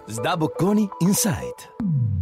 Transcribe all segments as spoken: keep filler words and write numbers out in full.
Sdabocconi Insight.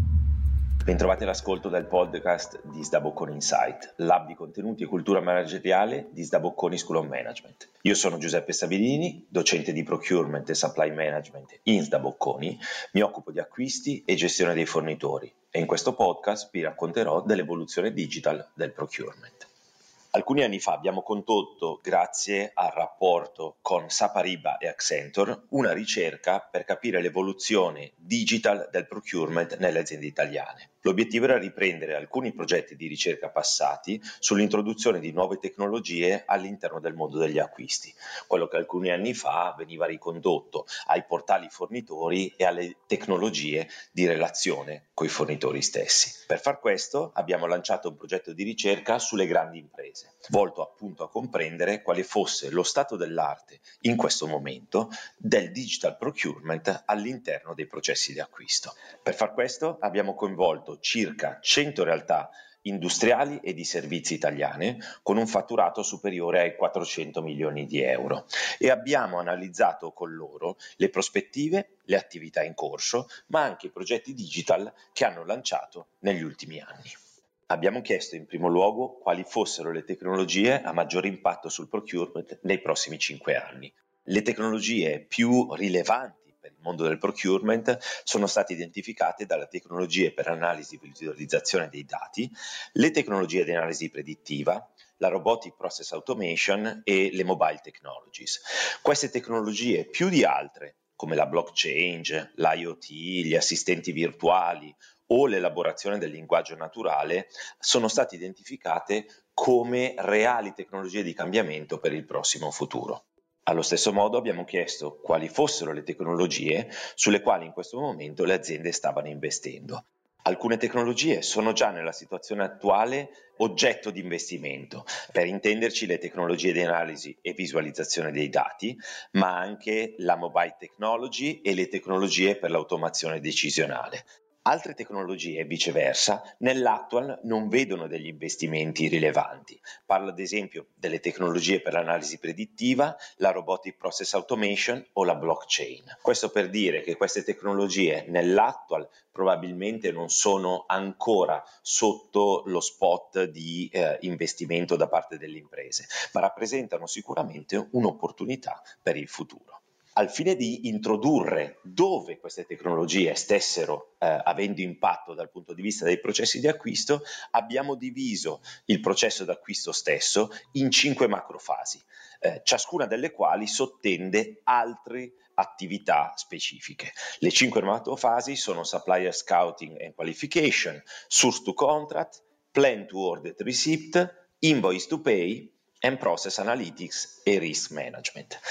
Bentrovati all'ascolto del podcast di Sdabocconi Insight, lab di contenuti e cultura manageriale di Sdabocconi School of Management. Io sono Giuseppe Stabilini, docente di Procurement e Supply Management in Sdabocconi, mi occupo di acquisti e gestione dei fornitori e in questo podcast vi racconterò dell'evoluzione digital del procurement. Alcuni anni fa abbiamo condotto, grazie al rapporto con Sapariba e Accenture, una ricerca per capire l'evoluzione digital del procurement nelle aziende italiane. L'obiettivo era riprendere alcuni progetti di ricerca passati sull'introduzione di nuove tecnologie all'interno del mondo degli acquisti, quello che alcuni anni fa veniva ricondotto ai portali fornitori e alle tecnologie di relazione con i fornitori stessi. Per far questo abbiamo lanciato un progetto di ricerca sulle grandi imprese, volto appunto a comprendere quale fosse lo stato dell'arte in questo momento del digital procurement all'interno dei processi di acquisto. Per far questo abbiamo coinvolto circa cento realtà industriali e di servizi italiane con un fatturato superiore ai quattrocento milioni di euro e abbiamo analizzato con loro le prospettive, le attività in corso, ma anche i progetti digital che hanno lanciato negli ultimi anni. Abbiamo chiesto in primo luogo quali fossero le tecnologie a maggiore impatto sul procurement nei prossimi cinque anni. Le tecnologie più rilevanti per il mondo del procurement sono state identificate dalle tecnologie per analisi e visualizzazione dei dati, le tecnologie di analisi predittiva, la robotic process automation e le mobile technologies. Queste tecnologie, più di altre, come la blockchain, l'I O T, gli assistenti virtuali o l'elaborazione del linguaggio naturale, sono state identificate come reali tecnologie di cambiamento per il prossimo futuro. Allo stesso modo abbiamo chiesto quali fossero le tecnologie sulle quali in questo momento le aziende stavano investendo. Alcune tecnologie sono già nella situazione attuale oggetto di investimento, per intenderci le tecnologie di analisi e visualizzazione dei dati, ma anche la mobile technology e le tecnologie per l'automazione decisionale. Altre tecnologie, viceversa, nell'actual non vedono degli investimenti rilevanti. Parlo ad esempio delle tecnologie per l'analisi predittiva, la robotic process automation o la blockchain. Questo per dire che queste tecnologie nell'actual probabilmente non sono ancora sotto lo spot di eh, investimento da parte delle imprese, ma rappresentano sicuramente un'opportunità per il futuro. Al fine di introdurre dove queste tecnologie stessero eh, avendo impatto dal punto di vista dei processi di acquisto, abbiamo diviso il processo d'acquisto stesso in cinque macrofasi, eh, ciascuna delle quali sottende altre attività specifiche. Le cinque macrofasi sono supplier scouting and qualification, source to contract, plan to order receipt, invoice to pay and process analytics e risk management.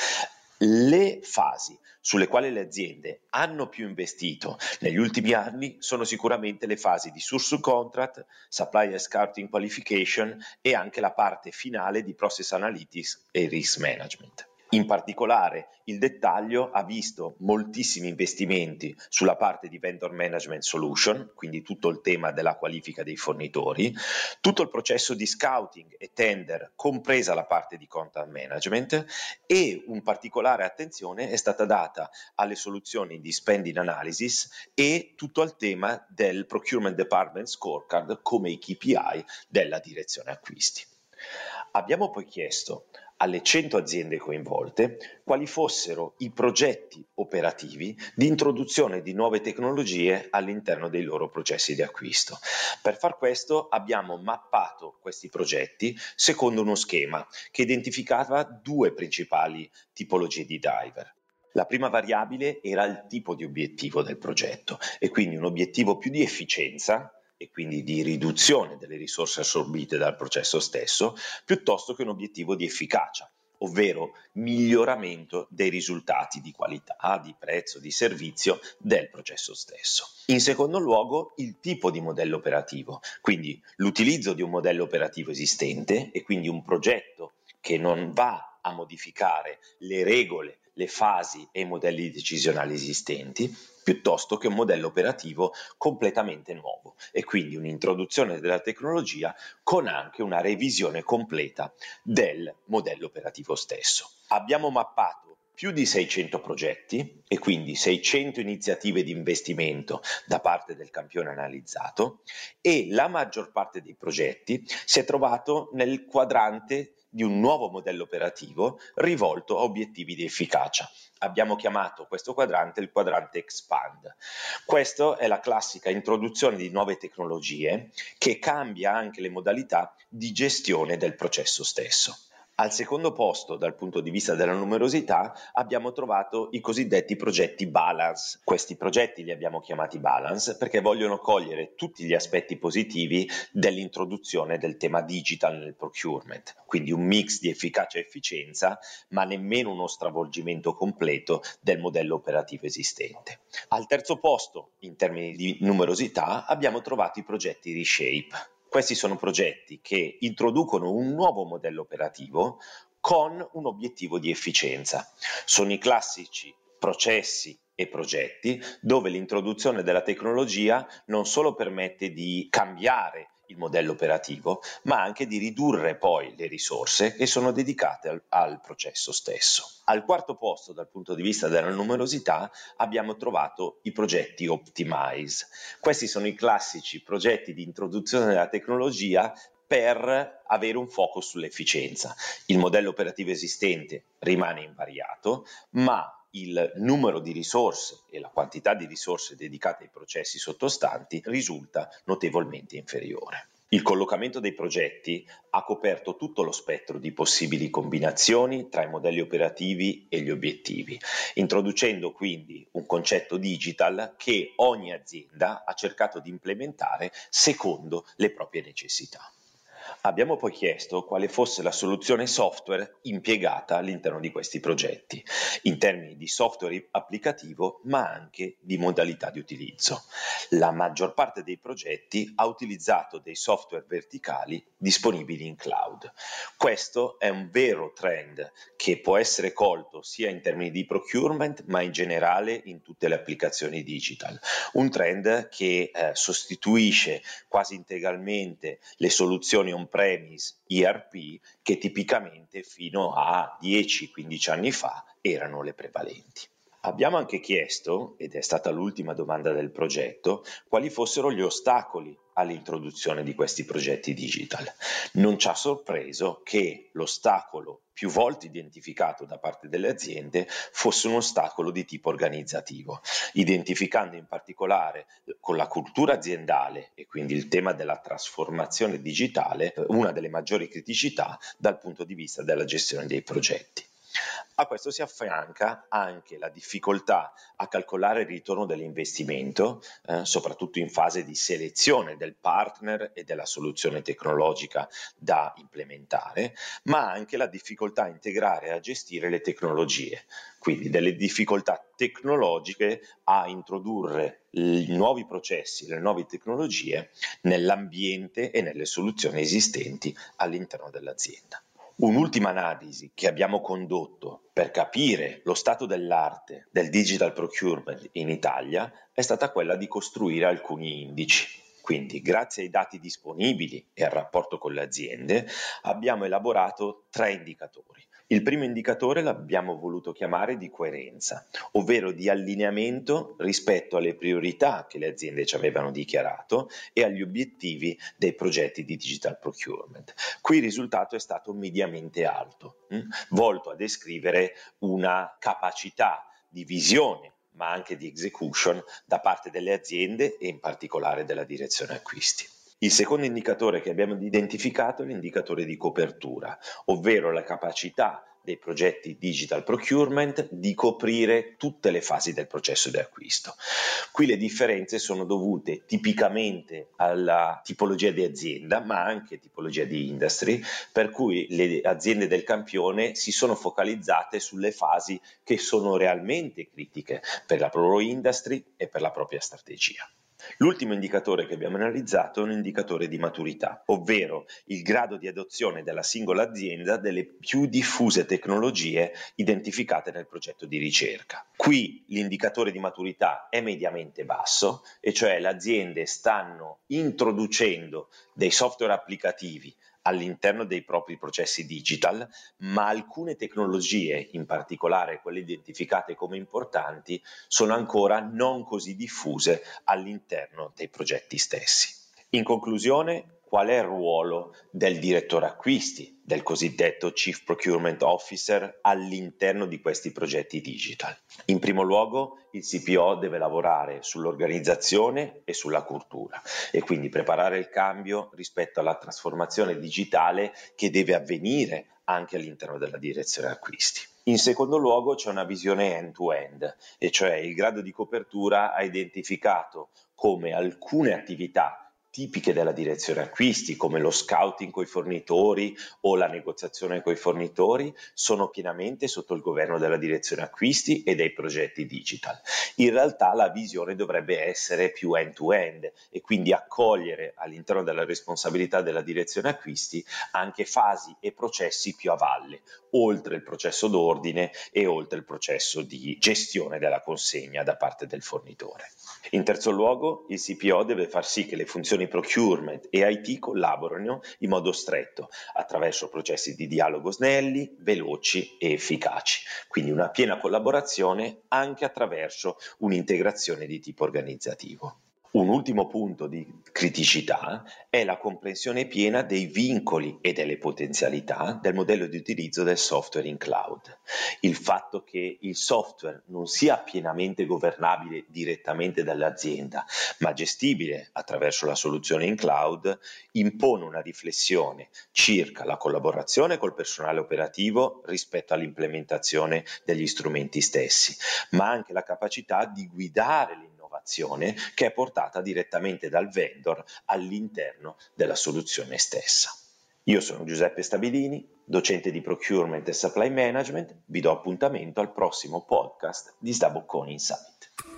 Le fasi sulle quali le aziende hanno più investito negli ultimi anni sono sicuramente le fasi di source to contract, supplier scouting qualification e anche la parte finale di process analytics e risk management. In particolare il dettaglio ha visto moltissimi investimenti sulla parte di vendor management solution, quindi tutto il tema della qualifica dei fornitori, tutto il processo di scouting e tender, compresa la parte di content management, e un particolare attenzione è stata data alle soluzioni di spending analysis e tutto al tema del procurement department scorecard come i K P I della direzione acquisti. Abbiamo poi chiesto alle cento aziende coinvolte quali fossero i progetti operativi di introduzione di nuove tecnologie all'interno dei loro processi di acquisto. Per far questo abbiamo mappato questi progetti secondo uno schema che identificava due principali tipologie di driver. La prima variabile era il tipo di obiettivo del progetto e quindi un obiettivo più di efficienza e quindi di riduzione delle risorse assorbite dal processo stesso, piuttosto che un obiettivo di efficacia, ovvero miglioramento dei risultati di qualità, di prezzo, di servizio del processo stesso. In secondo luogo, il tipo di modello operativo, quindi l'utilizzo di un modello operativo esistente e quindi un progetto che non va a modificare le regole, le fasi e i modelli decisionali esistenti, piuttosto che un modello operativo completamente nuovo e quindi un'introduzione della tecnologia con anche una revisione completa del modello operativo stesso. Abbiamo mappato più di seicento progetti e quindi seicento iniziative di investimento da parte del campione analizzato, e la maggior parte dei progetti si è trovato nel quadrante di un nuovo modello operativo rivolto a obiettivi di efficacia. Abbiamo chiamato questo quadrante il quadrante Expand. Questa è la classica introduzione di nuove tecnologie che cambia anche le modalità di gestione del processo stesso. Al secondo posto, dal punto di vista della numerosità, abbiamo trovato i cosiddetti progetti Balance. Questi progetti li abbiamo chiamati Balance perché vogliono cogliere tutti gli aspetti positivi dell'introduzione del tema digital nel procurement, quindi un mix di efficacia e efficienza, ma nemmeno uno stravolgimento completo del modello operativo esistente. Al terzo posto, in termini di numerosità, abbiamo trovato i progetti Reshape. Questi sono progetti che introducono un nuovo modello operativo con un obiettivo di efficienza. Sono i classici processi e progetti dove l'introduzione della tecnologia non solo permette di cambiare il modello operativo, ma anche di ridurre poi le risorse che sono dedicate al, al processo stesso. Al quarto posto, dal punto di vista della numerosità, abbiamo trovato i progetti Optimize. Questi sono i classici progetti di introduzione della tecnologia per avere un focus sull'efficienza. Il modello operativo esistente rimane invariato, ma il numero di risorse e la quantità di risorse dedicate ai processi sottostanti risulta notevolmente inferiore. Il collocamento dei progetti ha coperto tutto lo spettro di possibili combinazioni tra i modelli operativi e gli obiettivi, introducendo quindi un concetto digital che ogni azienda ha cercato di implementare secondo le proprie necessità. Abbiamo poi chiesto quale fosse la soluzione software impiegata all'interno di questi progetti, in termini di software applicativo, ma anche di modalità di utilizzo. La maggior parte dei progetti ha utilizzato dei software verticali disponibili in cloud. Questo è un vero trend che può essere colto sia in termini di procurement, ma in generale in tutte le applicazioni digital. Un trend che eh, sostituisce quasi integralmente le soluzioni on-premise E R P che tipicamente fino a dieci quindici anni fa erano le prevalenti. Abbiamo anche chiesto, ed è stata l'ultima domanda del progetto, quali fossero gli ostacoli all'introduzione di questi progetti digital. Non ci ha sorpreso che l'ostacolo più volte identificato da parte delle aziende fosse un ostacolo di tipo organizzativo, identificando in particolare con la cultura aziendale e quindi il tema della trasformazione digitale una delle maggiori criticità dal punto di vista della gestione dei progetti. A questo si affianca anche la difficoltà a calcolare il ritorno dell'investimento, eh, soprattutto in fase di selezione del partner e della soluzione tecnologica da implementare, ma anche la difficoltà a integrare e a gestire le tecnologie, quindi delle difficoltà tecnologiche a introdurre i nuovi processi, le nuove tecnologie nell'ambiente e nelle soluzioni esistenti all'interno dell'azienda. Un'ultima analisi che abbiamo condotto per capire lo stato dell'arte del digital procurement in Italia è stata quella di costruire alcuni indici. Quindi, grazie ai dati disponibili e al rapporto con le aziende, abbiamo elaborato tre indicatori. Il primo indicatore l'abbiamo voluto chiamare di coerenza, ovvero di allineamento rispetto alle priorità che le aziende ci avevano dichiarato e agli obiettivi dei progetti di digital procurement. Qui il risultato è stato mediamente alto, hm? volto a descrivere una capacità di visione ma anche di execution da parte delle aziende e in particolare della direzione acquisti. Il secondo indicatore che abbiamo identificato è l'indicatore di copertura, ovvero la capacità dei progetti digital procurement di coprire tutte le fasi del processo di acquisto. Qui le differenze sono dovute tipicamente alla tipologia di azienda, ma anche tipologia di industry, per cui le aziende del campione si sono focalizzate sulle fasi che sono realmente critiche per la loro industry e per la propria strategia. L'ultimo indicatore che abbiamo analizzato è un indicatore di maturità, ovvero il grado di adozione della singola azienda delle più diffuse tecnologie identificate nel progetto di ricerca. Qui l'indicatore di maturità è mediamente basso, e cioè le aziende stanno introducendo dei software applicativi all'interno dei propri processi digital, ma alcune tecnologie, in particolare quelle identificate come importanti, sono ancora non così diffuse all'interno dei progetti stessi. In conclusione, qual è il ruolo del direttore acquisti, del cosiddetto Chief Procurement Officer all'interno di questi progetti digital? In primo luogo, il C P O deve lavorare sull'organizzazione e sulla cultura e quindi preparare il cambio rispetto alla trasformazione digitale che deve avvenire anche all'interno della direzione acquisti. In secondo luogo c'è una visione end-to-end, e cioè il grado di copertura ha identificato come alcune attività tipiche della direzione acquisti, come lo scouting coi fornitori o la negoziazione coi fornitori, sono pienamente sotto il governo della direzione acquisti e dei progetti digital. In realtà la visione dovrebbe essere più end-to-end e quindi accogliere all'interno della responsabilità della direzione acquisti anche fasi e processi più a valle, oltre il processo d'ordine e oltre il processo di gestione della consegna da parte del fornitore. In terzo luogo, il C P O deve far sì che le funzioni procurement e I T collaborino in modo stretto attraverso processi di dialogo snelli, veloci e efficaci, quindi una piena collaborazione anche attraverso un'integrazione di tipo organizzativo. Un ultimo punto di criticità è la comprensione piena dei vincoli e delle potenzialità del modello di utilizzo del software in cloud. Il fatto che il software non sia pienamente governabile direttamente dall'azienda, ma gestibile attraverso la soluzione in cloud, impone una riflessione circa la collaborazione col personale operativo rispetto all'implementazione degli strumenti stessi, ma anche la capacità di guidare l'innovazione che è portata direttamente dal vendor all'interno della soluzione stessa. Io sono Giuseppe Stabilini, docente di Procurement e Supply Management, vi do appuntamento al prossimo podcast di S D A Bocconi Insight.